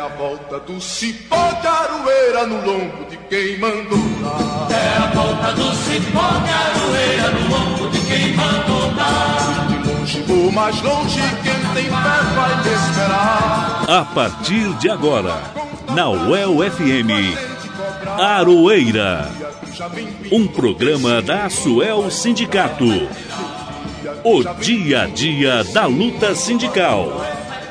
a volta do cipó de aroeira no lombo de quem mandou dar. É a volta do cipó de aroeira no lombo de quem mandou dar. De longe ou mais longe, quem tem fé vai me esperar. A partir de agora, na UEL FM, Aroeira, um programa da Asuel Sindicato. O dia a dia da luta sindical.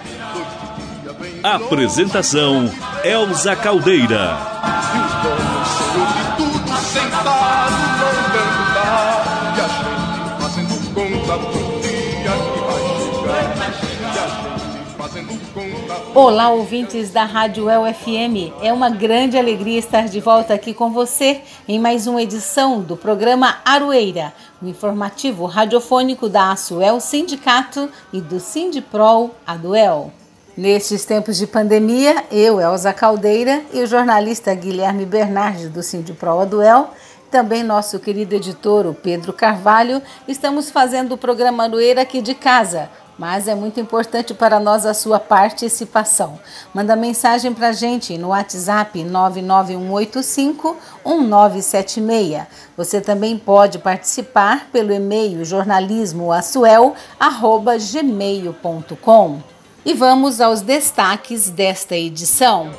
Apresentação: Elza Caldeira. E os donos tudo sentado vão perguntar. E a gente fazendo conta do dia que vai chegar. E a gente fazendo conta. Olá, ouvintes da Rádio UEL FM. É uma grande alegria estar de volta aqui com você em mais uma edição do programa Aroeira, o informativo radiofônico da Asuel Sindicato e do Sindiprol Aduel. Nestes tempos de pandemia, eu, Elza Caldeira, e o jornalista Guilherme Bernardi, do Sindiprol Aduel, também nosso querido editor, o Pedro Carvalho, estamos fazendo o programa Aroeira aqui de casa, mas é muito importante para nós a sua participação. Manda mensagem para a gente no WhatsApp 991851976. Você também pode participar pelo e-mail jornalismoasuel@gmail.com. E vamos aos destaques desta edição.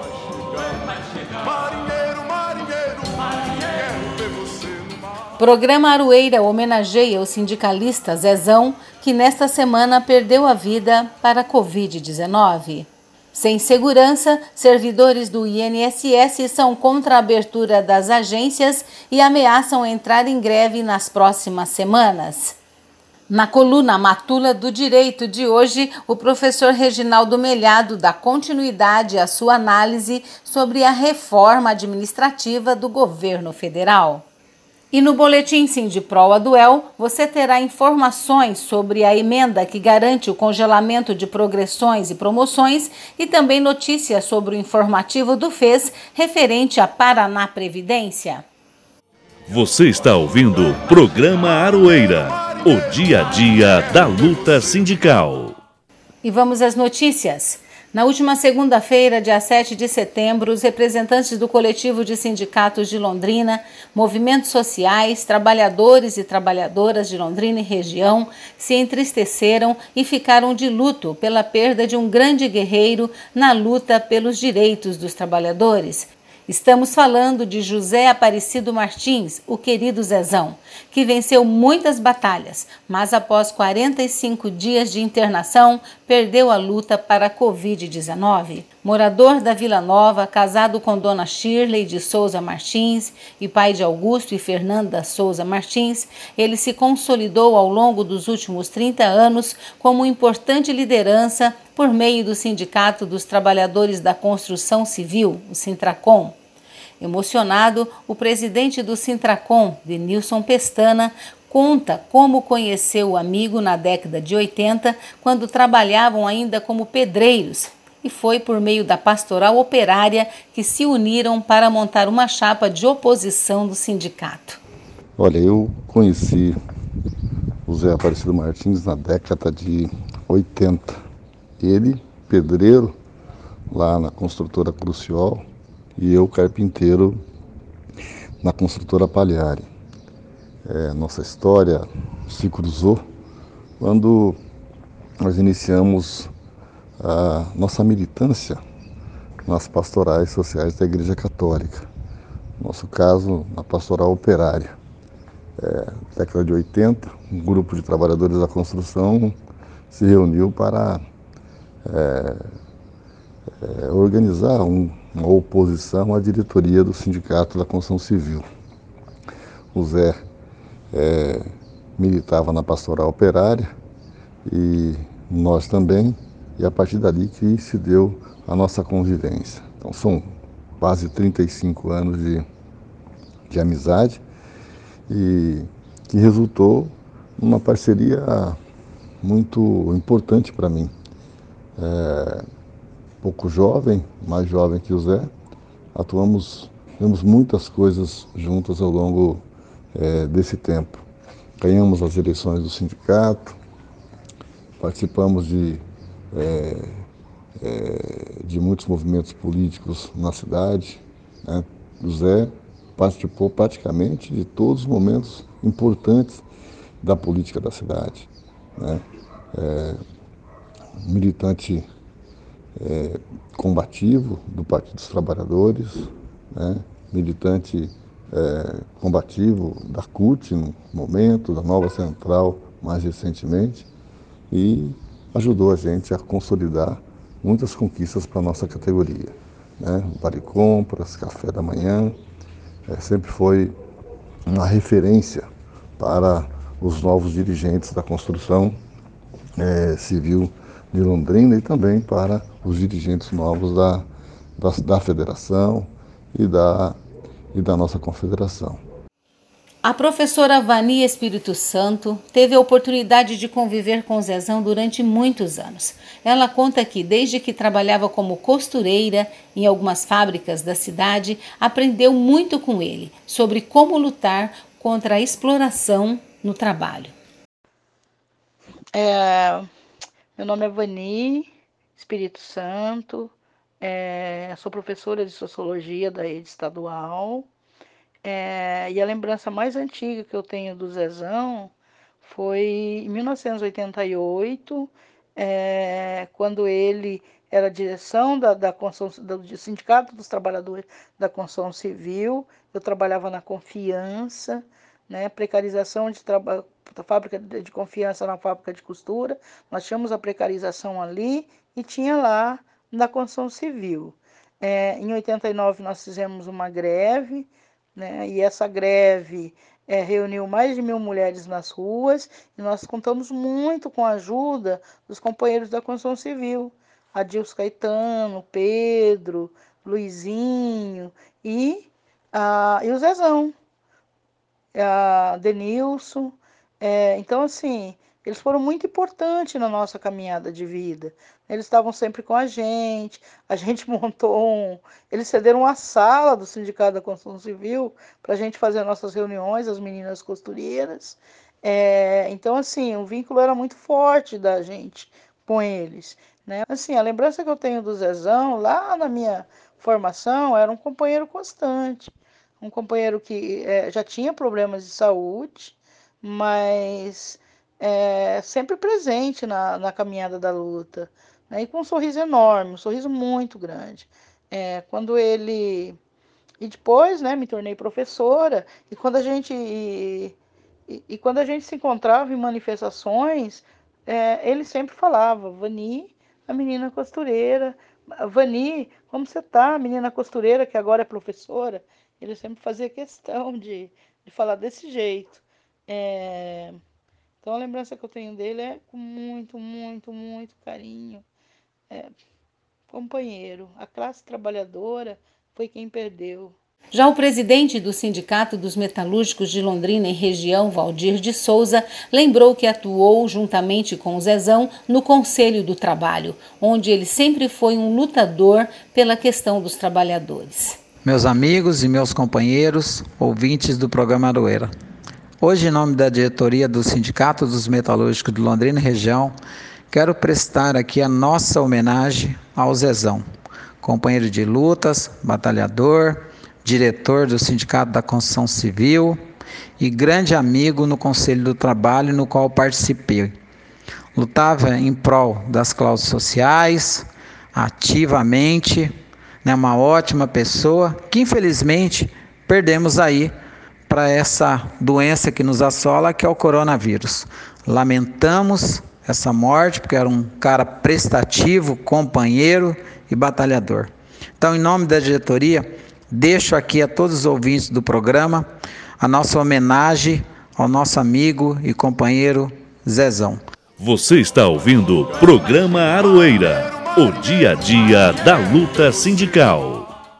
Programa Aroeira homenageia o sindicalista Zezão, que nesta semana perdeu a vida para a Covid-19. Sem segurança, servidores do INSS são contra a abertura das agências e ameaçam entrar em greve nas próximas semanas. Na coluna Matula do Direito de hoje, o professor Reginaldo Melhado dá continuidade à sua análise sobre a reforma administrativa do governo federal. E no boletim Sindiprol Aduel, você terá informações sobre a emenda que garante o congelamento de progressões e promoções e também notícias sobre o informativo do FES referente à Paraná Previdência. Você está ouvindo o programa Aroeira, o dia a dia da luta sindical. E vamos às notícias. Na última segunda-feira, dia 7 de setembro, os representantes do Coletivo de Sindicatos de Londrina, movimentos sociais, trabalhadores e trabalhadoras de Londrina e região se entristeceram e ficaram de luto pela perda de um grande guerreiro na luta pelos direitos dos trabalhadores. Estamos falando de José Aparecido Martins, o querido Zezão, que venceu muitas batalhas, mas após 45 dias de internação, perdeu a luta para a Covid-19. Morador da Vila Nova, casado com Dona Shirley de Souza Martins e pai de Augusto e Fernanda Souza Martins, ele se consolidou ao longo dos últimos 30 anos como importante liderança por meio do Sindicato dos Trabalhadores da Construção Civil, o Sintracom. Emocionado, o presidente do Sintracom, Denilson Pestana, conta como conheceu o amigo na década de 80, quando trabalhavam ainda como pedreiros, e foi por meio da pastoral operária que se uniram para montar uma chapa de oposição do sindicato. Olha, eu conheci o Zé Aparecido Martins na década de 80. Ele, pedreiro, lá na construtora Cruciol, e eu, carpinteiro, na construtora Pagliari. Nossa história se cruzou quando nós iniciamos a nossa militância nas pastorais sociais da Igreja Católica. No nosso caso, na pastoral operária. Década de 80, um grupo de trabalhadores da construção se reuniu para organizar uma oposição à diretoria do Sindicato da Construção Civil. O Zé militava na pastoral operária e nós também, e a partir dali que se deu a nossa convivência. Então são quase 35 anos de amizade e que resultou numa parceria muito importante para mim. Pouco jovem, mais jovem que o Zé, fizemos muitas coisas juntas ao longo desse tempo. Ganhamos as eleições do sindicato, participamos de de muitos movimentos políticos na cidade, né? O Zé participou praticamente de todos os momentos importantes da política da cidade, né? Militante combativo do Partido dos Trabalhadores, né? Militante combativo da CUT no momento, da Nova Central mais recentemente, e ajudou a gente a consolidar muitas conquistas para a nossa categoria, né? Vale Compras, Café da Manhã, sempre foi uma referência para os novos dirigentes da construção civil de Londrina e também para os dirigentes novos da federação e da nossa confederação. A professora Vani Espírito Santo teve a oportunidade de conviver com o Zezão durante muitos anos. Ela conta que, desde que trabalhava como costureira em algumas fábricas da cidade, aprendeu muito com ele sobre como lutar contra a exploração no trabalho. Meu nome é Vani Espírito Santo, sou professora de Sociologia da rede estadual. E a lembrança mais antiga que eu tenho do Zezão foi em 1988, quando ele era direção do Sindicato dos Trabalhadores da Construção Civil. Eu trabalhava na Confiança, né, precarização da fábrica de Confiança na fábrica de costura. Nós tínhamos a precarização ali e tinha lá na Construção Civil. Em 89 nós fizemos uma greve, né, e essa greve reuniu mais de 1.000 mulheres nas ruas, e nós contamos muito com a ajuda dos companheiros da Construção Civil, Adilson Caetano, Pedro, Luizinho e o Zezão, Denilson. Então, assim, eles foram muito importantes na nossa caminhada de vida. Eles estavam sempre com a gente montou eles cederam a sala do Sindicato da Construção Civil para a gente fazer nossas reuniões, as meninas costureiras. Então, assim, o vínculo era muito forte da gente com eles, né? Assim, a lembrança que eu tenho do Zezão, lá na minha formação, era um companheiro constante, um companheiro que já tinha problemas de saúde, mas sempre presente na caminhada da luta, né? E com um sorriso enorme, um sorriso muito grande. E depois, né, me tornei professora, e quando a gente se encontrava em manifestações, ele sempre falava: Vani, a menina costureira, Vani, como você tá, menina costureira, que agora é professora. Ele sempre fazia questão de falar desse jeito. Então a lembrança que eu tenho dele é com muito, muito, muito carinho. Companheiro, a classe trabalhadora foi quem perdeu. Já o presidente do Sindicato dos Metalúrgicos de Londrina e região, Valdir de Souza, lembrou que atuou juntamente com o Zezão no Conselho do Trabalho, onde ele sempre foi um lutador pela questão dos trabalhadores. Meus amigos e meus companheiros, ouvintes do programa Aroeira. Hoje, em nome da diretoria do Sindicato dos Metalúrgicos de Londrina e região, quero prestar aqui a nossa homenagem ao Zezão, companheiro de lutas, batalhador, diretor do Sindicato da Construção Civil e grande amigo no Conselho do Trabalho, no qual participei. Lutava em prol das cláusulas sociais, ativamente, uma ótima pessoa, que infelizmente perdemos aí para essa doença que nos assola, que é o coronavírus. Lamentamos essa morte, porque era um cara prestativo, companheiro e batalhador. Então, em nome da diretoria, deixo aqui a todos os ouvintes do programa a nossa homenagem ao nosso amigo e companheiro Zezão. Você está ouvindo o programa Aroeira, o dia a dia da luta sindical.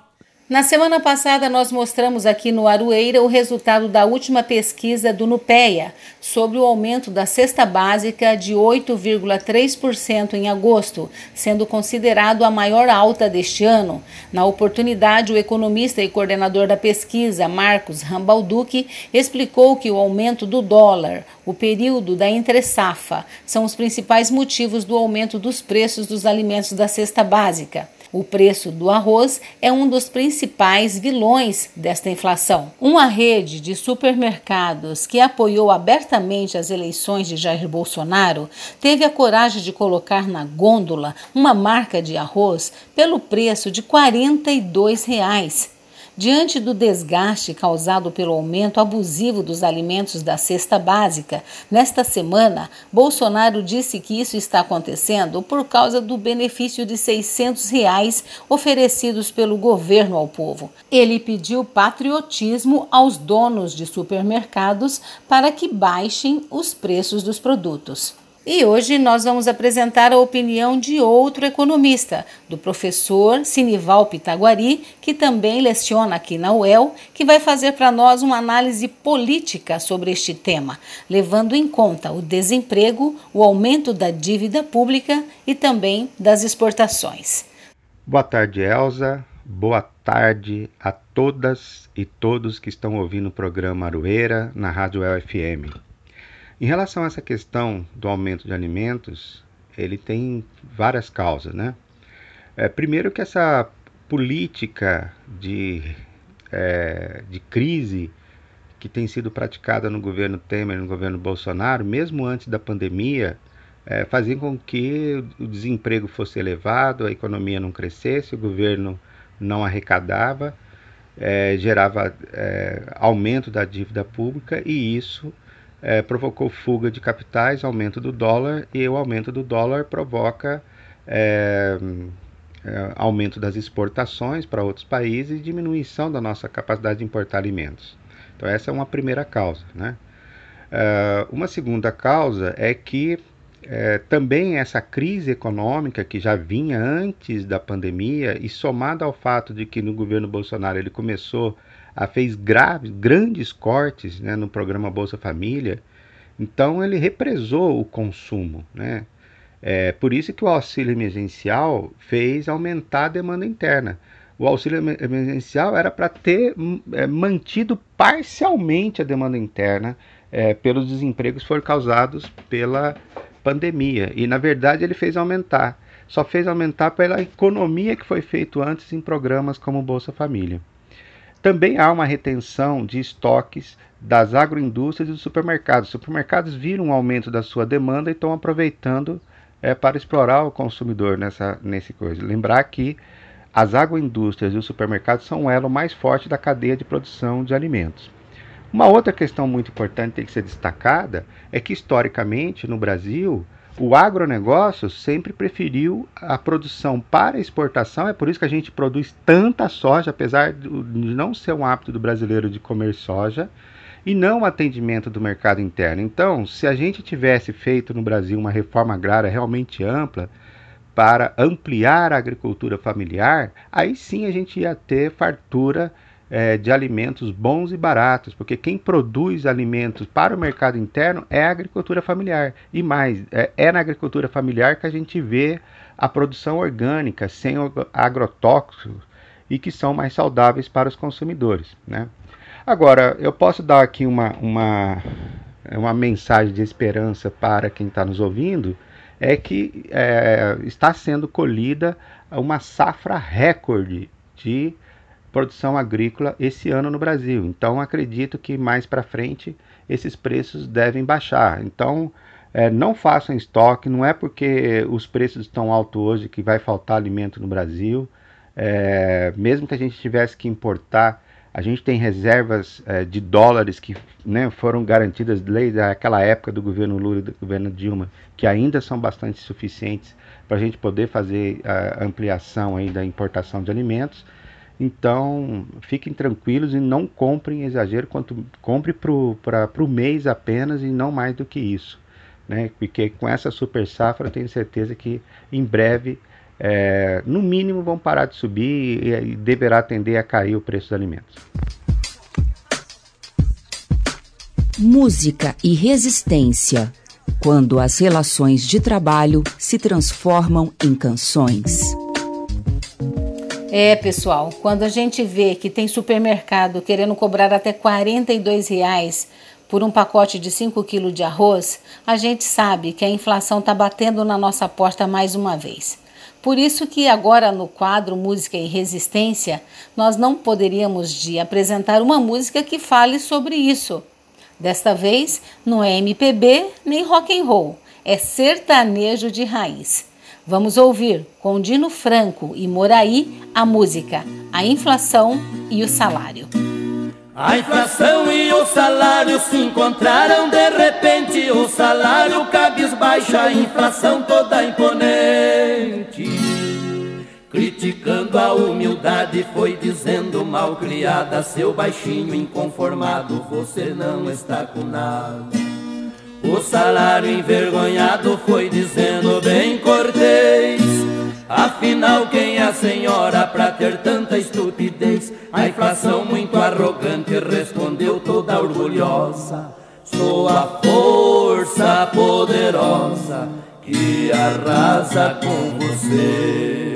Na semana passada, nós mostramos aqui no Aroeira o resultado da última pesquisa do NUPEA sobre o aumento da cesta básica de 8,3% em agosto, sendo considerado a maior alta deste ano. Na oportunidade, o economista e coordenador da pesquisa, Marcos Rambalducci, explicou que o aumento do dólar, o período da entre-safra, são os principais motivos do aumento dos preços dos alimentos da cesta básica. O preço do arroz é um dos principais vilões desta inflação. Uma rede de supermercados que apoiou abertamente as eleições de Jair Bolsonaro teve a coragem de colocar na gôndola uma marca de arroz pelo preço de R$ 42. Diante do desgaste causado pelo aumento abusivo dos alimentos da cesta básica, nesta semana, Bolsonaro disse que isso está acontecendo por causa do benefício de R$ 600 oferecidos pelo governo ao povo. Ele pediu patriotismo aos donos de supermercados para que baixem os preços dos produtos. E hoje nós vamos apresentar a opinião de outro economista, do professor Sinival Pitaguari, que também leciona aqui na UEL, que vai fazer para nós uma análise política sobre este tema, levando em conta o desemprego, o aumento da dívida pública e também das exportações. Boa tarde, Elza. Boa tarde a todas e todos que estão ouvindo o programa Aroeira na Rádio UEL FM. Em relação a essa questão do aumento de alimentos, ele tem várias causas, né? Primeiro que essa política de crise que tem sido praticada no governo Temer e no governo Bolsonaro, mesmo antes da pandemia, fazia com que o desemprego fosse elevado, a economia não crescesse, o governo não arrecadava, gerava aumento da dívida pública e isso provocou fuga de capitais, aumento do dólar, e o aumento do dólar provoca aumento das exportações para outros países e diminuição da nossa capacidade de importar alimentos. Então essa é uma primeira causa, né? Uma segunda causa é que também essa crise econômica que já vinha antes da pandemia e somada ao fato de que no governo Bolsonaro ele fez grandes cortes, né, no programa Bolsa Família, então ele represou o consumo, né? Por isso que o auxílio emergencial fez aumentar a demanda interna. O auxílio emergencial era para ter mantido parcialmente a demanda interna pelos desempregos que foram causados pela pandemia. E, na verdade, ele fez aumentar. Só fez aumentar pela economia que foi feito antes em programas como Bolsa Família. Também há uma retenção de estoques das agroindústrias e dos supermercados. Os supermercados viram um aumento da sua demanda e estão aproveitando para explorar o consumidor nesse coisa. Lembrar que as agroindústrias e os supermercados são o elo mais forte da cadeia de produção de alimentos. Uma outra questão muito importante que tem que ser destacada é que, historicamente, no Brasil, o agronegócio sempre preferiu a produção para exportação, é por isso que a gente produz tanta soja, apesar de não ser um hábito do brasileiro de comer soja, e não o atendimento do mercado interno. Então, se a gente tivesse feito no Brasil uma reforma agrária realmente ampla, para ampliar a agricultura familiar, aí sim a gente ia ter fartura de alimentos bons e baratos, porque quem produz alimentos para o mercado interno é a agricultura familiar. E mais, é na agricultura familiar que a gente vê a produção orgânica, sem agrotóxicos, e que são mais saudáveis para os consumidores, né? Agora, eu posso dar aqui uma mensagem de esperança para quem está nos ouvindo, é que está sendo colhida uma safra recorde de produção agrícola esse ano no Brasil. Então, acredito que mais para frente esses preços devem baixar. Então, não façam estoque, não é porque os preços estão altos hoje que vai faltar alimento no Brasil. Mesmo que a gente tivesse que importar, a gente tem reservas de dólares que, né, foram garantidas desde aquela época do governo Lula e do governo Dilma, que ainda são bastante suficientes para a gente poder fazer a ampliação aí da importação de alimentos. Então, fiquem tranquilos e não comprem exagero, compre para o mês apenas e não mais do que isso, né? Porque com essa super safra eu tenho certeza que em breve no mínimo vão parar de subir e deverá tender a cair o preço dos alimentos. Música e resistência, quando as relações de trabalho se transformam em canções. Pessoal, quando a gente vê que tem supermercado querendo cobrar até R$ 42 por um pacote de 5 kg de arroz, a gente sabe que a inflação está batendo na nossa porta mais uma vez. Por isso que agora no quadro Música e Resistência, nós não poderíamos de apresentar uma música que fale sobre isso. Desta vez, não é MPB nem rock and roll, é sertanejo de raiz. Vamos ouvir com Dino Franco e Moraí a música A Inflação e o Salário. A inflação e o salário se encontraram de repente. O salário cabisbaixa, a inflação toda imponente. Criticando a humildade, foi dizendo mal criada: seu baixinho inconformado, você não está com nada. O salário envergonhado foi dizendo bem cortês: afinal quem é a senhora pra ter tanta estupidez? A inflação muito arrogante respondeu toda orgulhosa: sou a força poderosa que arrasa com você.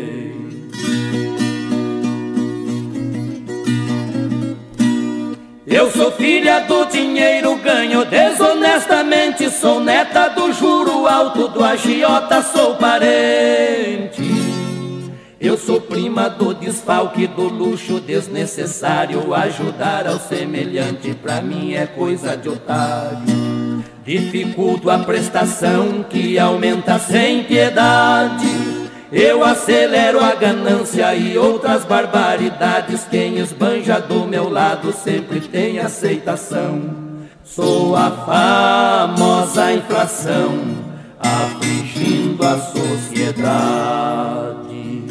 Eu sou filha do dinheiro, ganho desonestamente. Sou neta do juro alto, do agiota, sou parente. Eu sou prima do desfalque, do luxo desnecessário. Ajudar ao semelhante pra mim é coisa de otário. Dificulto a prestação que aumenta sem piedade. Eu acelero a ganância e outras barbaridades. Quem esbanja do meu lado sempre tem aceitação. Sou a famosa inflação, afligindo a sociedade.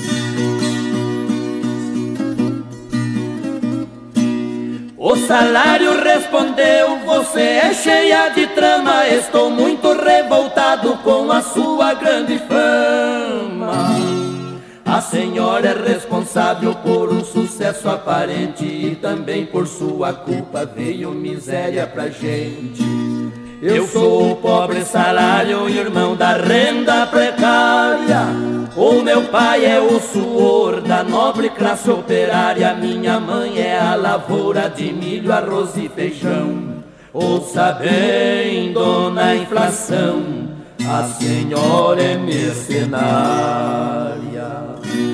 O salário respondeu: você é cheia de trama. Estou muito revoltado com a sua grande fama. A senhora é responsável por um sucesso aparente e também por sua culpa veio miséria pra gente. Eu sou o pobre salário, irmão da renda precária. O meu pai é o suor da nobre classe operária. Minha mãe é a lavoura de milho, arroz e feijão. Ouça bem, dona inflação, a senhora é mercenária.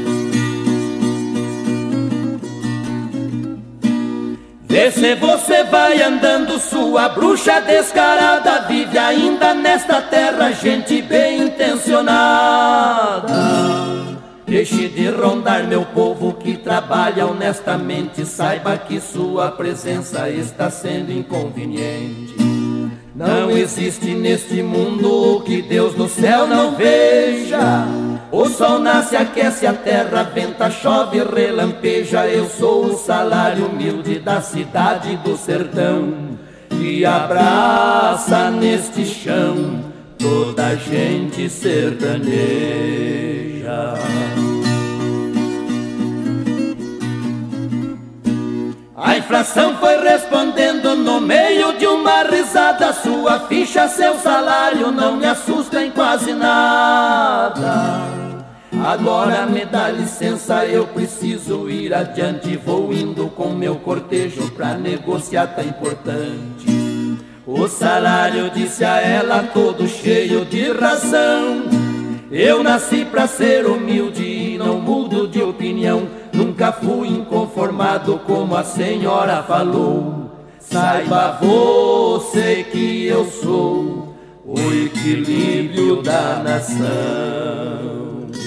Vê se você vai andando, sua bruxa descarada. Vive ainda nesta terra gente bem intencionada. Deixe de rondar meu povo que trabalha honestamente. Saiba que sua presença está sendo inconveniente. Não existe neste mundo o que Deus do céu não veja. O sol nasce, aquece a terra, venta, chove, relampeja. Eu sou o salário humilde da cidade do sertão, que abraça neste chão toda a gente sertaneja. A inflação foi respondendo no meio de uma risada: sua ficha, seu salário não me assusta em quase nada. Agora me dá licença, eu preciso ir adiante. Vou indo com meu cortejo pra negociar, tá importante. O salário disse a ela, todo cheio de razão: eu nasci pra ser humilde e não mudo de opinião. Nunca fui inconformado como a senhora falou. Saiba você que eu sou o equilíbrio da nação.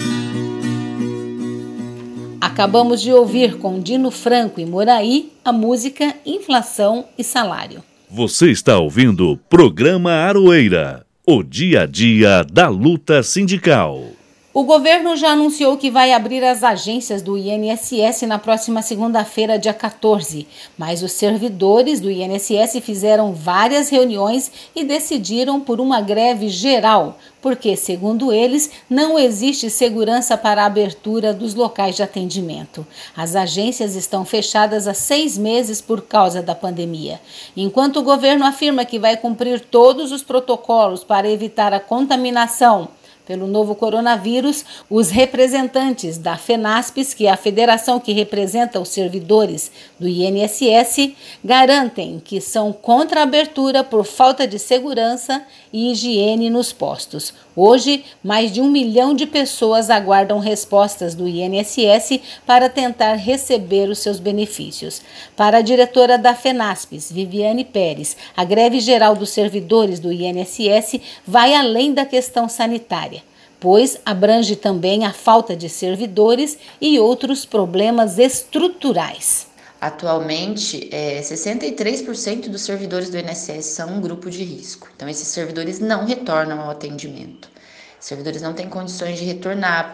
Acabamos de ouvir com Dino Franco e Moraí a música Inflação e Salário. Você está ouvindo o programa Aroeira, o dia a dia da luta sindical. O governo já anunciou que vai abrir as agências do INSS na próxima segunda-feira, dia 14, mas os servidores do INSS fizeram várias reuniões e decidiram por uma greve geral, porque, segundo eles, não existe segurança para a abertura dos locais de atendimento. As agências estão fechadas há 6 meses por causa da pandemia. Enquanto o governo afirma que vai cumprir todos os protocolos para evitar a contaminação pelo novo coronavírus, os representantes da FENASPES, que é a federação que representa os servidores do INSS, garantem que são contra a abertura por falta de segurança e higiene nos postos. Hoje, mais de 1 milhão de pessoas aguardam respostas do INSS para tentar receber os seus benefícios. Para a diretora da FENASPES, Viviane Pérez, a greve geral dos servidores do INSS vai além da questão sanitária, pois abrange também a falta de servidores e outros problemas estruturais. Atualmente, 63% dos servidores do INSS são um grupo de risco. Então, esses servidores não retornam ao atendimento. Os servidores não têm condições de retornar,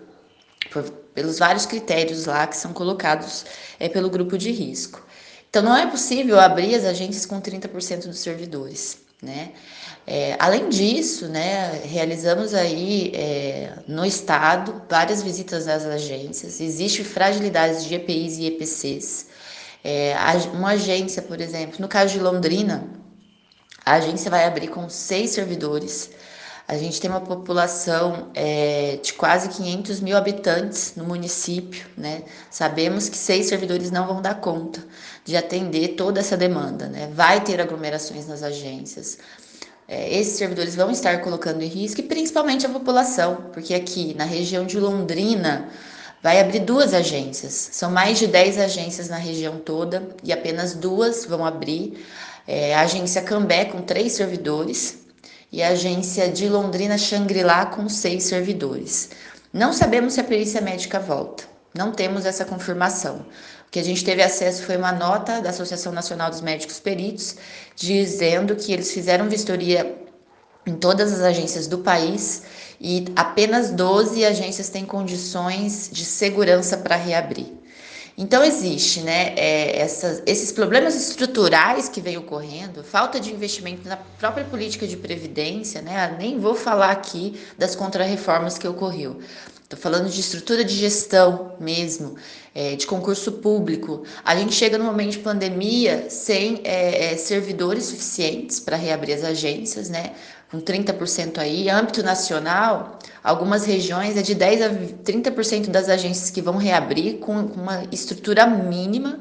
pelos vários critérios lá que são colocados pelo grupo de risco. Então, não é possível abrir as agências com 30% dos servidores, né? Além disso, né, realizamos aí no estado várias visitas às agências. Existe fragilidades de EPIs e EPCs. Uma agência, por exemplo, no caso de Londrina, a agência vai abrir com 6 servidores. A gente tem uma população de quase 500 mil habitantes no município, né? Sabemos que 6 servidores não vão dar conta de atender toda essa demanda, né? Vai ter aglomerações nas agências. Esses servidores vão estar colocando em risco, e principalmente a população, porque aqui na região de Londrina vai abrir 2 agências. São mais de 10 agências na região toda e apenas 2 vão abrir. A agência Cambé com 3 servidores e a agência de Londrina Xangri-Lá com 6 servidores. Não sabemos se a perícia médica volta, não temos essa confirmação. O que a gente teve acesso foi uma nota da Associação Nacional dos Médicos Peritos, dizendo que eles fizeram vistoria em todas as agências do país e apenas 12 agências têm condições de segurança para reabrir. Então existe, né, esses problemas estruturais que vem ocorrendo, falta de investimento na própria política de previdência, né? Nem vou falar aqui das contrarreformas que ocorreu. Estou falando de estrutura de gestão mesmo, de concurso público. A gente chega no momento de pandemia sem servidores suficientes para reabrir as agências, né? Com 30% aí. Âmbito nacional, algumas regiões é de 10% a 30% das agências que vão reabrir com uma estrutura mínima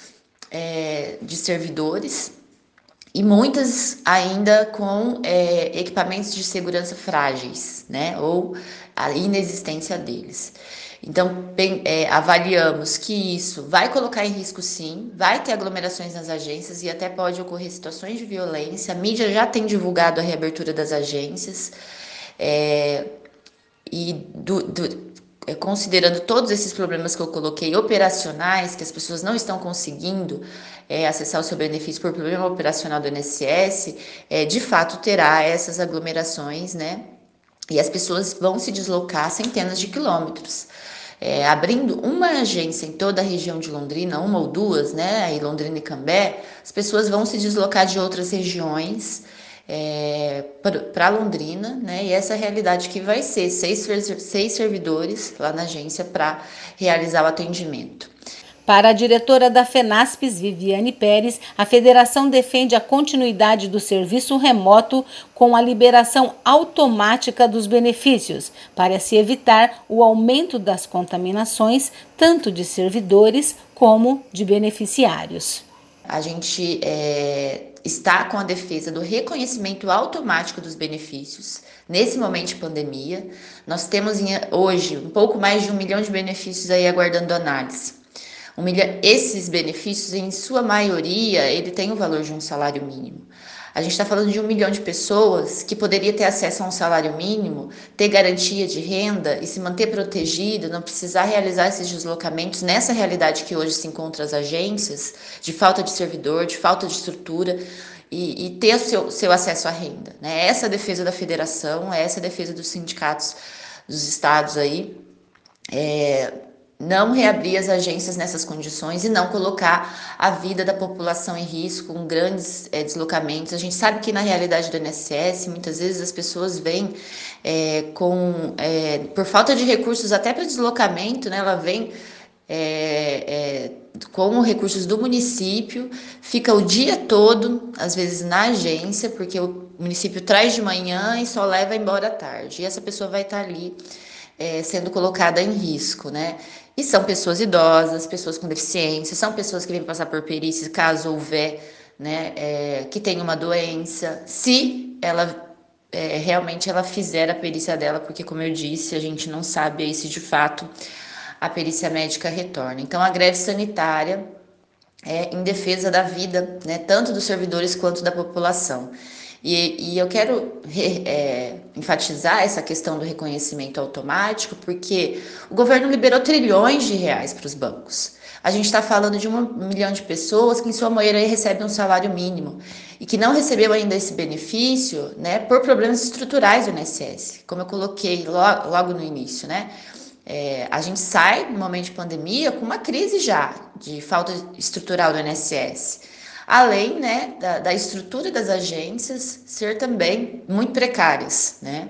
de servidores e muitas ainda com equipamentos de segurança frágeis, né? Ou a inexistência deles. Então, avaliamos que isso vai colocar em risco sim, vai ter aglomerações nas agências e até pode ocorrer situações de violência. A mídia já tem divulgado a reabertura das agências considerando todos esses problemas que eu coloquei operacionais, que as pessoas não estão conseguindo acessar o seu benefício por problema operacional do INSS, de fato terá essas aglomerações, né? E as pessoas vão se deslocar centenas de quilômetros. Abrindo uma agência em toda a região de Londrina, 1 ou 2, né, aí Londrina e Cambé, as pessoas vão se deslocar de outras regiões para Londrina, né, e essa realidade que vai ser 6 servidores lá na agência para realizar o atendimento. Para a diretora da FENASPES, Viviane Pérez, a federação defende a continuidade do serviço remoto com a liberação automática dos benefícios, para se evitar o aumento das contaminações, tanto de servidores como de beneficiários. A gente está com a defesa do reconhecimento automático dos benefícios. Nesse momento de pandemia, nós temos hoje um pouco mais de 1 milhão de benefícios aí aguardando análise. Esses benefícios, em sua maioria, ele tem o valor de um salário mínimo. A gente está falando de 1 milhão de pessoas que poderia ter acesso a um salário mínimo, ter garantia de renda e se manter protegido, não precisar realizar esses deslocamentos nessa realidade que hoje se encontra as agências, de falta de servidor, de falta de estrutura, e ter o seu acesso à renda, né? Essa é a defesa da federação, essa é a defesa dos sindicatos dos estados aí, não reabrir as agências nessas condições e não colocar a vida da população em risco com grandes deslocamentos. A gente sabe que na realidade do INSS, muitas vezes as pessoas vêm por falta de recursos até para deslocamento, né? Ela vem com recursos do município, fica o dia todo, às vezes na agência, porque o município traz de manhã e só leva embora à tarde. E essa pessoa vai estar ali sendo colocada em risco, né? E são pessoas idosas, pessoas com deficiência, são pessoas que vêm passar por perícia, caso houver, né, que tem uma doença, se ela realmente ela fizer a perícia dela, porque, como eu disse, a gente não sabe aí se de fato a perícia médica retorna. Então, a greve sanitária é em defesa da vida, né, tanto dos servidores quanto da população. E eu quero enfatizar essa questão do reconhecimento automático, porque o governo liberou trilhões de reais para os bancos. A gente está falando de 1 milhão de pessoas que, em sua maioria, recebem um salário mínimo e que não recebeu ainda esse benefício, né, por problemas estruturais do INSS, como eu coloquei logo no início, né? A gente sai no momento de pandemia com uma crise já de falta estrutural do INSS. Além, né, da estrutura das agências ser também muito precárias, né?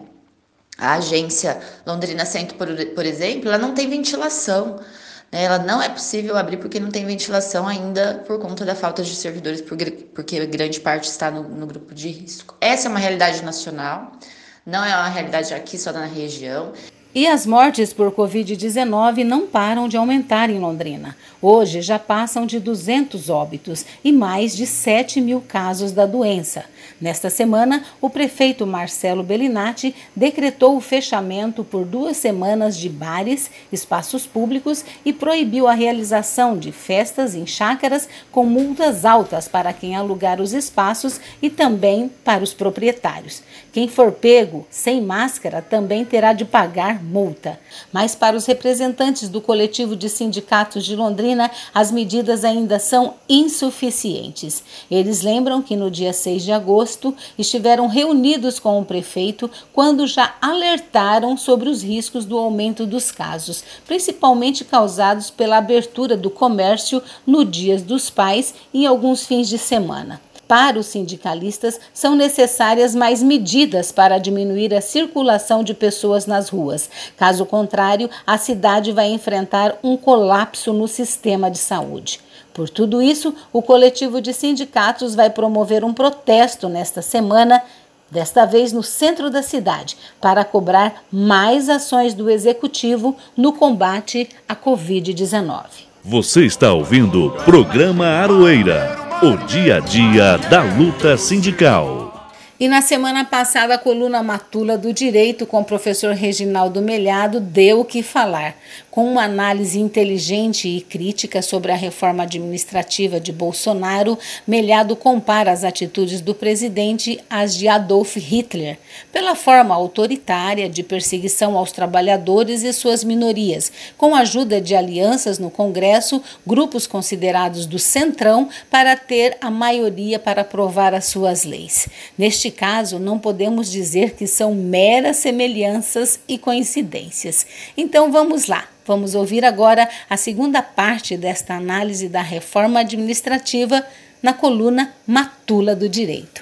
A agência Londrina Centro, por exemplo, ela não tem ventilação, né? Ela não é possível abrir porque não tem ventilação ainda por conta da falta de servidores, porque grande parte está no grupo de risco. Essa é uma realidade nacional, não é uma realidade aqui só na região. E as mortes por Covid-19 não param de aumentar em Londrina. Hoje já passam de 200 óbitos e mais de 7.000 casos da doença. Nesta semana, o prefeito Marcelo Bellinati decretou o fechamento por 2 semanas de bares, espaços públicos e proibiu a realização de festas em chácaras com multas altas para quem alugar os espaços e também para os proprietários. Quem for pego sem máscara também terá de pagar multa. Mas para os representantes do coletivo de sindicatos de Londrina, as medidas ainda são insuficientes. Eles lembram que no dia 6 de agosto estiveram reunidos com o prefeito quando já alertaram sobre os riscos do aumento dos casos, principalmente causados pela abertura do comércio no Dia dos Pais e em alguns fins de semana. Para os sindicalistas, são necessárias mais medidas para diminuir a circulação de pessoas nas ruas. Caso contrário, a cidade vai enfrentar um colapso no sistema de saúde. Por tudo isso, o coletivo de sindicatos vai promover um protesto nesta semana, desta vez no centro da cidade, para cobrar mais ações do Executivo no combate à Covid-19. Você está ouvindo o programa Aroeira, o dia a dia da luta sindical. E na semana passada, a coluna Matula do Direito com o professor Reginaldo Melhado deu o que falar. Com uma análise inteligente e crítica sobre a reforma administrativa de Bolsonaro, Melhado compara as atitudes do presidente às de Adolf Hitler, pela forma autoritária de perseguição aos trabalhadores e suas minorias, com a ajuda de alianças no Congresso, grupos considerados do centrão, para ter a maioria para aprovar as suas leis. Neste caso, não podemos dizer que são meras semelhanças e coincidências. Então vamos lá. Vamos ouvir agora a segunda parte desta análise da reforma administrativa na coluna Matula do Direito.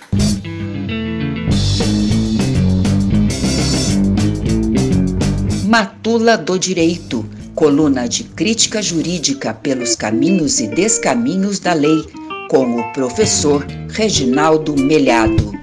Matula do Direito, coluna de crítica jurídica pelos caminhos e descaminhos da lei, com o professor Reginaldo Melhado.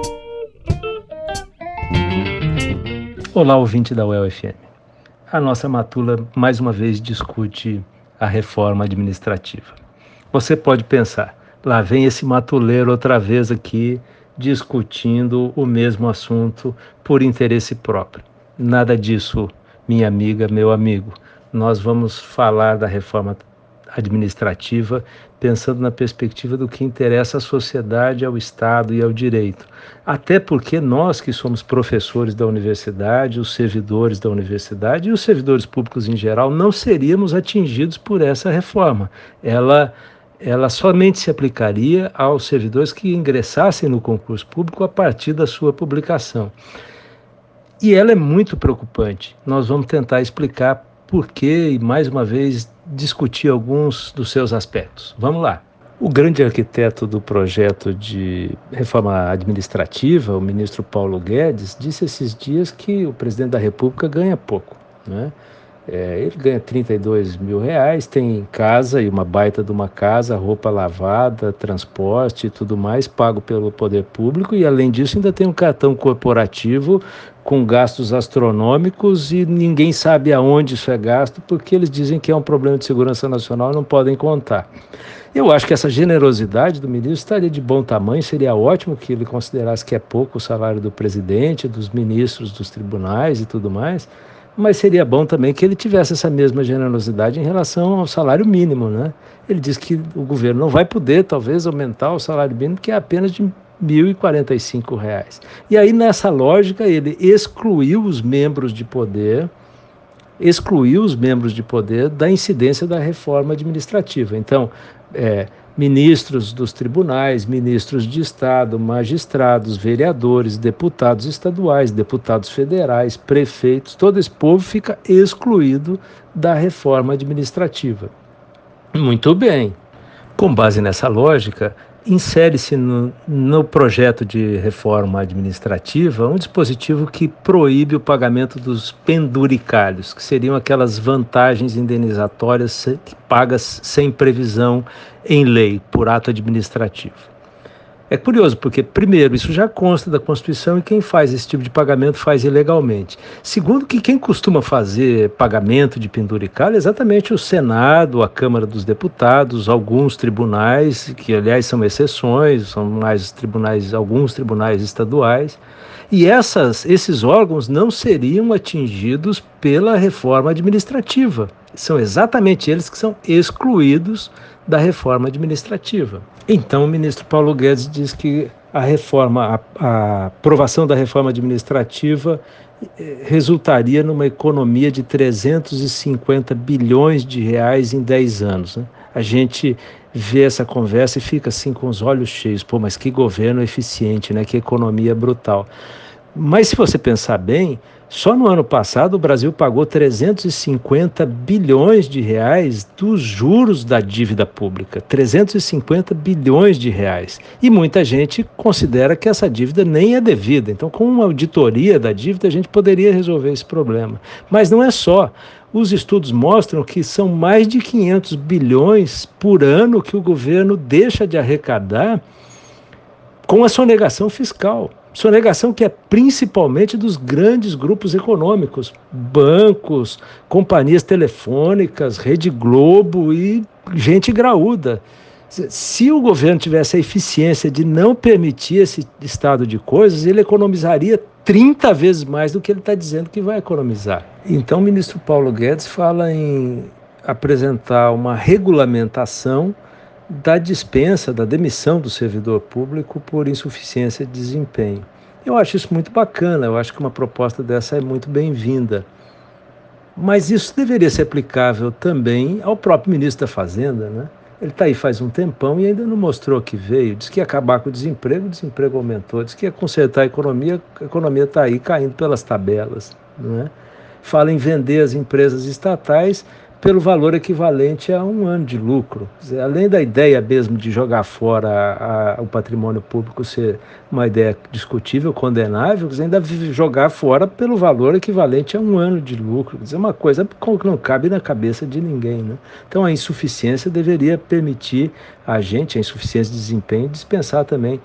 Olá, ouvinte da UEL-FM. A nossa matula, mais uma vez, discute a reforma administrativa. Você pode pensar, lá vem esse matuleiro outra vez aqui, discutindo o mesmo assunto por interesse próprio. Nada disso, minha amiga, meu amigo. Nós vamos falar da reforma administrativa pensando na perspectiva do que interessa à sociedade, ao Estado e ao direito. Até porque nós que somos professores da universidade, os servidores da universidade e os servidores públicos em geral, não seríamos atingidos por essa reforma. Ela somente se aplicaria aos servidores que ingressassem no concurso público a partir da sua publicação. E ela é muito preocupante. Nós vamos tentar explicar por quê e, mais uma vez, discutir alguns dos seus aspectos. Vamos lá. O grande arquiteto do projeto de reforma administrativa, o ministro Paulo Guedes, disse esses dias que o presidente da República ganha pouco, né? Ele ganha R$32 mil, tem casa e uma baita de uma casa, roupa lavada, transporte e tudo mais, pago pelo poder público, e além disso ainda tem um cartão corporativo com gastos astronômicos e ninguém sabe aonde isso é gasto, porque eles dizem que é um problema de segurança nacional e não podem contar. Eu acho que essa generosidade do ministro estaria de bom tamanho, seria ótimo que ele considerasse que é pouco o salário do presidente, dos ministros, dos tribunais e tudo mais, mas seria bom também que ele tivesse essa mesma generosidade em relação ao salário mínimo, né? Ele diz que o governo não vai poder, talvez, aumentar o salário mínimo, que é apenas de R$ 1.045. E aí, nessa lógica, ele excluiu os membros de poder da incidência da reforma administrativa. Então, ministros dos tribunais, ministros de Estado, magistrados, vereadores, deputados estaduais, deputados federais, prefeitos, todo esse povo fica excluído da reforma administrativa. Muito bem. Com base nessa lógica, insere-se no projeto de reforma administrativa um dispositivo que proíbe o pagamento dos penduricalhos, que seriam aquelas vantagens indenizatórias pagas sem previsão em lei, por ato administrativo. É curioso porque, primeiro, isso já consta da Constituição e quem faz esse tipo de pagamento faz ilegalmente. Segundo, que quem costuma fazer pagamento de penduricalho é exatamente o Senado, a Câmara dos Deputados, alguns tribunais, que aliás são exceções, são mais alguns tribunais estaduais, e esses órgãos não seriam atingidos pela reforma administrativa. São exatamente eles que são excluídos da reforma administrativa. Então, o ministro Paulo Guedes diz que a aprovação da reforma administrativa resultaria numa economia de 350 bilhões de reais em 10 anos. Né? A gente vê essa conversa e fica assim com os olhos cheios. Pô, mas que governo eficiente, né? Que economia brutal. Mas se você pensar bem, só no ano passado o Brasil pagou 350 bilhões de reais dos juros da dívida pública. 350 bilhões de reais. E muita gente considera que essa dívida nem é devida. Então, com uma auditoria da dívida, a gente poderia resolver esse problema. Mas não é só. Os estudos mostram que são mais de 500 bilhões por ano que o governo deixa de arrecadar com a sonegação fiscal. Sonegação que é principalmente dos grandes grupos econômicos, bancos, companhias telefônicas, Rede Globo e gente graúda. Se o governo tivesse a eficiência de não permitir esse estado de coisas, ele economizaria 30 vezes mais do que ele está dizendo que vai economizar. Então o ministro Paulo Guedes fala em apresentar uma regulamentação da dispensa, da demissão do servidor público por insuficiência de desempenho. Eu acho isso muito bacana, eu acho que uma proposta dessa é muito bem-vinda. Mas isso deveria ser aplicável também ao próprio ministro da Fazenda, né? Ele está aí faz um tempão e ainda não mostrou que veio. Diz que ia acabar com o desemprego aumentou. Diz que ia consertar a economia está aí caindo pelas tabelas, né? Fala em vender as empresas estatais pelo valor equivalente a 1 ano de lucro. Quer dizer, além da ideia mesmo de jogar fora o patrimônio público ser uma ideia discutível, condenável, ainda jogar fora pelo valor equivalente a 1 ano de lucro. Quer dizer, uma coisa que não cabe na cabeça de ninguém, né? Então a insuficiência deveria permitir a insuficiência de desempenho, dispensar também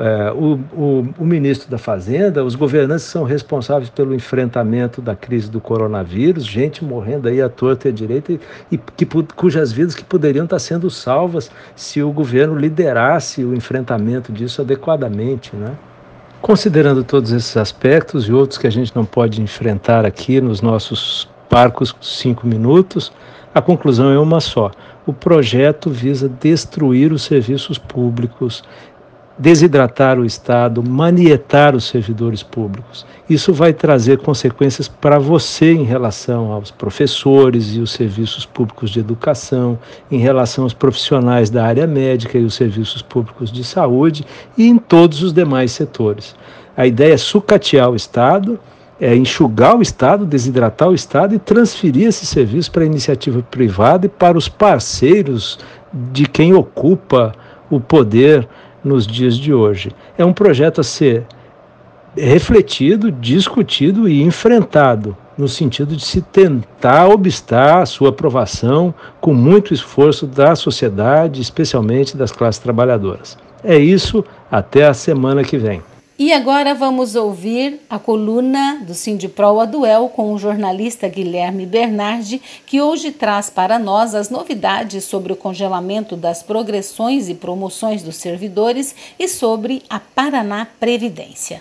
o ministro da Fazenda, os governantes que são responsáveis pelo enfrentamento da crise do coronavírus, gente morrendo aí à torta e à direita, cujas vidas que poderiam estar sendo salvas se o governo liderasse o enfrentamento disso adequadamente, né? Considerando todos esses aspectos e outros que a gente não pode enfrentar aqui nos nossos parcos 5 minutos, a conclusão é uma só. O projeto visa destruir os serviços públicos, desidratar o Estado, manietar os servidores públicos. Isso vai trazer consequências para você em relação aos professores e os serviços públicos de educação, em relação aos profissionais da área médica e os serviços públicos de saúde e em todos os demais setores. A ideia é sucatear o Estado, é enxugar o Estado, desidratar o Estado e transferir esse serviço para a iniciativa privada e para os parceiros de quem ocupa o poder nos dias de hoje. É um projeto a ser refletido, discutido e enfrentado, no sentido de se tentar obstar a sua aprovação com muito esforço da sociedade, especialmente das classes trabalhadoras. É isso, até a semana que vem. E agora vamos ouvir a coluna do Sindipro Aduel com o jornalista Guilherme Bernardi, que hoje traz para nós as novidades sobre o congelamento das progressões e promoções dos servidores e sobre a Paraná Previdência.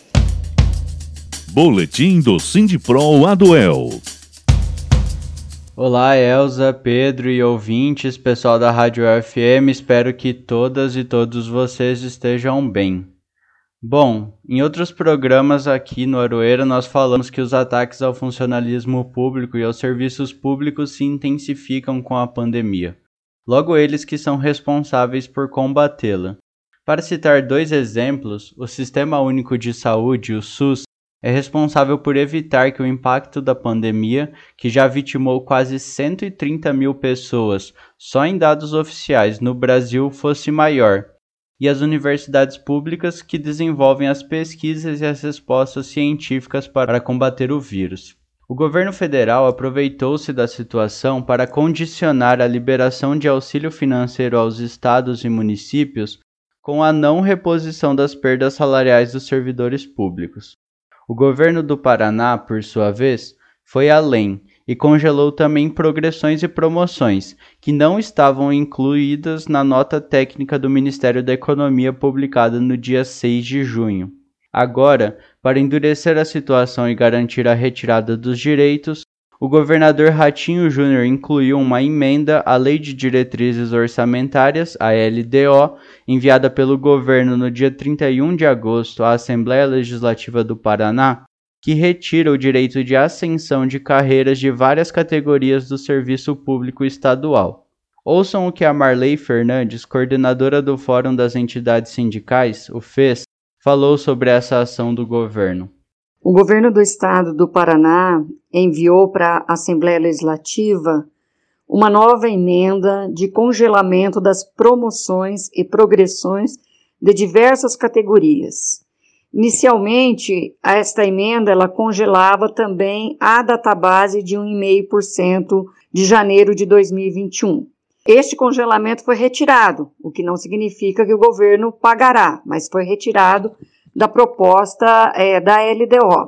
Boletim do Sindipro Aduel. Olá, Elza, Pedro e ouvintes, pessoal da Rádio FM, espero que todas e todos vocês estejam bem. Bom, em outros programas aqui no Aroeira nós falamos que os ataques ao funcionalismo público e aos serviços públicos se intensificam com a pandemia. Logo eles que são responsáveis por combatê-la. Para citar 2 exemplos, o Sistema Único de Saúde, o SUS, é responsável por evitar que o impacto da pandemia, que já vitimou quase 130 mil pessoas só em dados oficiais no Brasil, fosse maior, e as universidades públicas que desenvolvem as pesquisas e as respostas científicas para combater o vírus. O governo federal aproveitou-se da situação para condicionar a liberação de auxílio financeiro aos estados e municípios com a não reposição das perdas salariais dos servidores públicos. O governo do Paraná, por sua vez, foi além e congelou também progressões e promoções, que não estavam incluídas na nota técnica do Ministério da Economia publicada no dia 6 de junho. Agora, para endurecer a situação e garantir a retirada dos direitos, o governador Ratinho Júnior incluiu uma emenda à Lei de Diretrizes Orçamentárias, a LDO, enviada pelo governo no dia 31 de agosto à Assembleia Legislativa do Paraná, que retira o direito de ascensão de carreiras de várias categorias do serviço público estadual. Ouçam o que a Marley Fernandes, coordenadora do Fórum das Entidades Sindicais, o FES, falou sobre essa ação do governo. O governo do estado do Paraná enviou para a Assembleia Legislativa uma nova emenda de congelamento das promoções e progressões de diversas categorias. Inicialmente, esta emenda ela congelava também a database de 1,5% de janeiro de 2021. Este congelamento foi retirado, o que não significa que o governo pagará, mas foi retirado da proposta da LDO.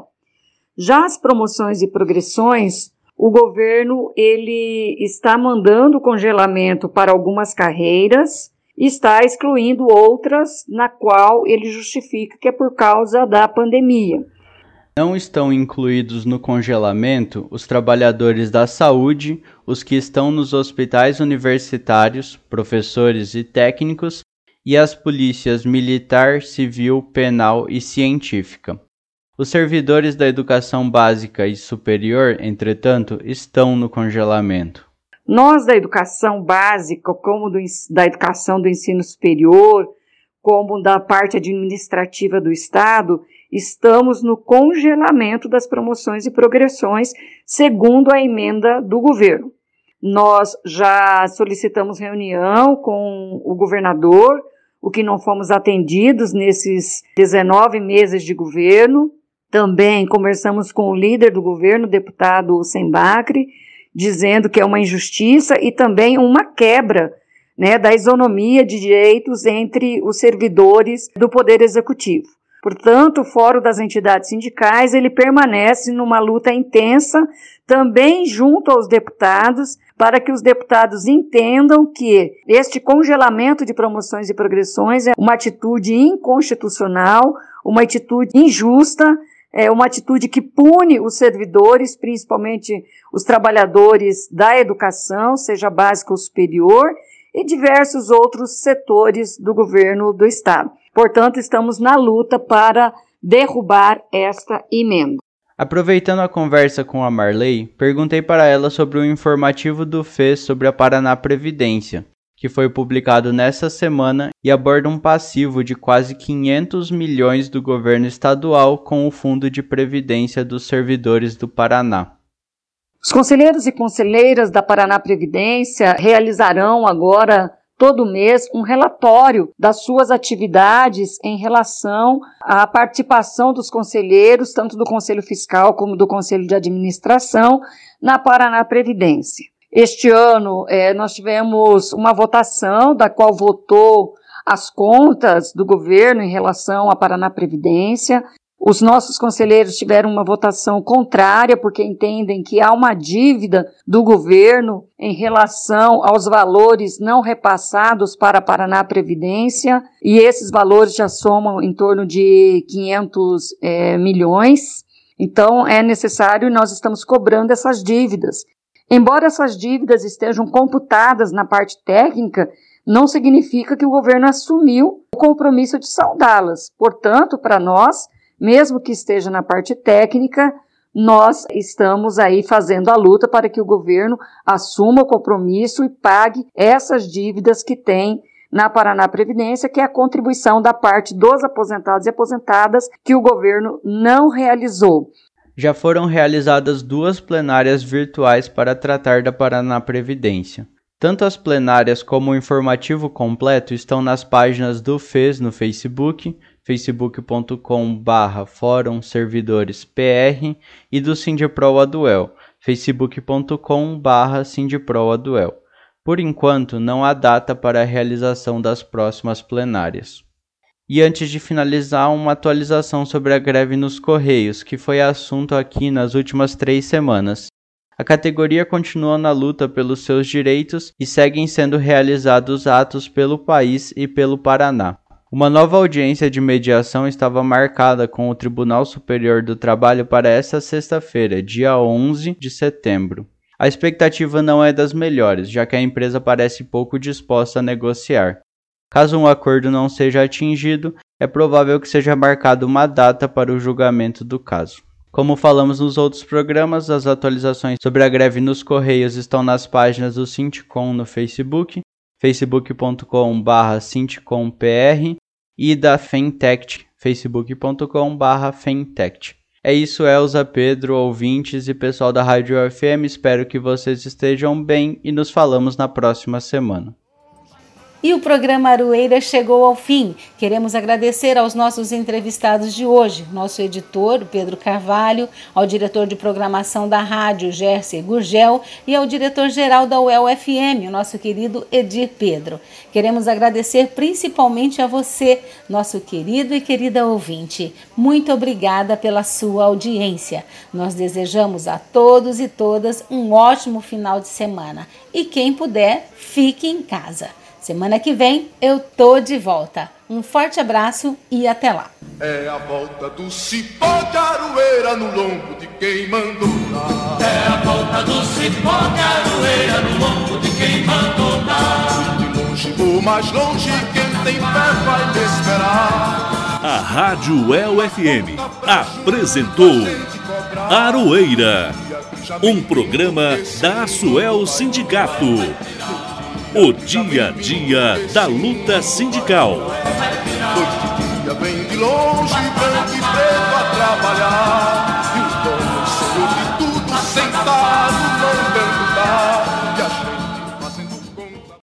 Já as promoções e progressões, o governo ele está mandando congelamento para algumas carreiras e está excluindo outras, na qual ele justifica que é por causa da pandemia. Não estão incluídos no congelamento os trabalhadores da saúde, os que estão nos hospitais universitários, professores e técnicos, e as polícias militar, civil, penal e científica. Os servidores da educação básica e superior, entretanto, estão no congelamento. Nós da educação básica, como da educação do ensino superior, como da parte administrativa do Estado, estamos no congelamento das promoções e progressões, segundo a emenda do governo. Nós já solicitamos reunião com o governador, o que não fomos atendidos nesses 19 meses de governo. Também conversamos com o líder do governo, o deputado Sembacre, dizendo que é uma injustiça e também uma quebra, da isonomia de direitos entre os servidores do Poder Executivo. Portanto, o Fórum das Entidades Sindicais ele permanece numa luta intensa, também junto aos deputados, para que os deputados entendam que este congelamento de promoções e progressões é uma atitude inconstitucional, uma atitude injusta, é uma atitude que pune os servidores, principalmente os trabalhadores da educação, seja básica ou superior, e diversos outros setores do governo do Estado. Portanto, estamos na luta para derrubar esta emenda. Aproveitando a conversa com a Marley, perguntei para ela sobre o informativo do FES sobre a Paraná Previdência, que foi publicado nesta semana e aborda um passivo de quase 500 milhões do governo estadual com o Fundo de Previdência dos Servidores do Paraná. Os conselheiros e conselheiras da Paraná Previdência realizarão agora, todo mês, um relatório das suas atividades em relação à participação dos conselheiros, tanto do Conselho Fiscal como do Conselho de Administração, na Paraná Previdência. Este ano, nós tivemos uma votação, da qual votou as contas do governo em relação à Paraná Previdência. Os nossos conselheiros tiveram uma votação contrária, porque entendem que há uma dívida do governo em relação aos valores não repassados para a Paraná Previdência, e esses valores já somam em torno de 500 milhões. Então, é necessário, e nós estamos cobrando essas dívidas. Embora essas dívidas estejam computadas na parte técnica, não significa que o governo assumiu o compromisso de saldá-las. Portanto, para nós, mesmo que esteja na parte técnica, nós estamos aí fazendo a luta para que o governo assuma o compromisso e pague essas dívidas que tem na Paraná Previdência, que é a contribuição da parte dos aposentados e aposentadas que o governo não realizou. Já foram realizadas 2 plenárias virtuais para tratar da Paraná Previdência. Tanto as plenárias como o informativo completo estão nas páginas do FES no Facebook, facebook.com/Fórum Servidores PR, e do Sindipro Aduel, facebook.com/Sindipro Aduel. Por enquanto, não há data para a realização das próximas plenárias. E antes de finalizar, uma atualização sobre a greve nos Correios, que foi assunto aqui nas últimas 3 semanas. A categoria continua na luta pelos seus direitos e seguem sendo realizados atos pelo país e pelo Paraná. Uma nova audiência de mediação estava marcada com o Tribunal Superior do Trabalho para esta sexta-feira, dia 11 de setembro. A expectativa não é das melhores, já que a empresa parece pouco disposta a negociar. Caso um acordo não seja atingido, é provável que seja marcada uma data para o julgamento do caso. Como falamos nos outros programas, as atualizações sobre a greve nos Correios estão nas páginas do Sindicom no Facebook, facebook.com/sindicom.pr, e da Fentect, facebook.com/Fentect. É isso, Elza, Pedro, ouvintes e pessoal da Rádio UFM, espero que vocês estejam bem e nos falamos na próxima semana. E o programa Aroeira chegou ao fim. Queremos agradecer aos nossos entrevistados de hoje, nosso editor, Pedro Carvalho, ao diretor de programação da rádio, Gercer Gurgel, e ao diretor-geral da UEL-FM, o nosso querido Edir Pedro. Queremos agradecer principalmente a você, nosso querido e querida ouvinte. Muito obrigada pela sua audiência. Nós desejamos a todos e todas um ótimo final de semana. E quem puder, fique em casa. Semana que vem eu tô de volta. Um forte abraço e até lá. É a volta do cipó de aroeira no lombo de quem mandou dar. É a volta do cipó de aroeira no lombo de quem mandou dar. De longe ou mais longe, quem tem fé vai me esperar. A Rádio UEL-FM apresentou Aroeira, um programa da Asuel Sindicato. O dia a dia da luta sindical. Noite e dia vem de longe, branco e preto.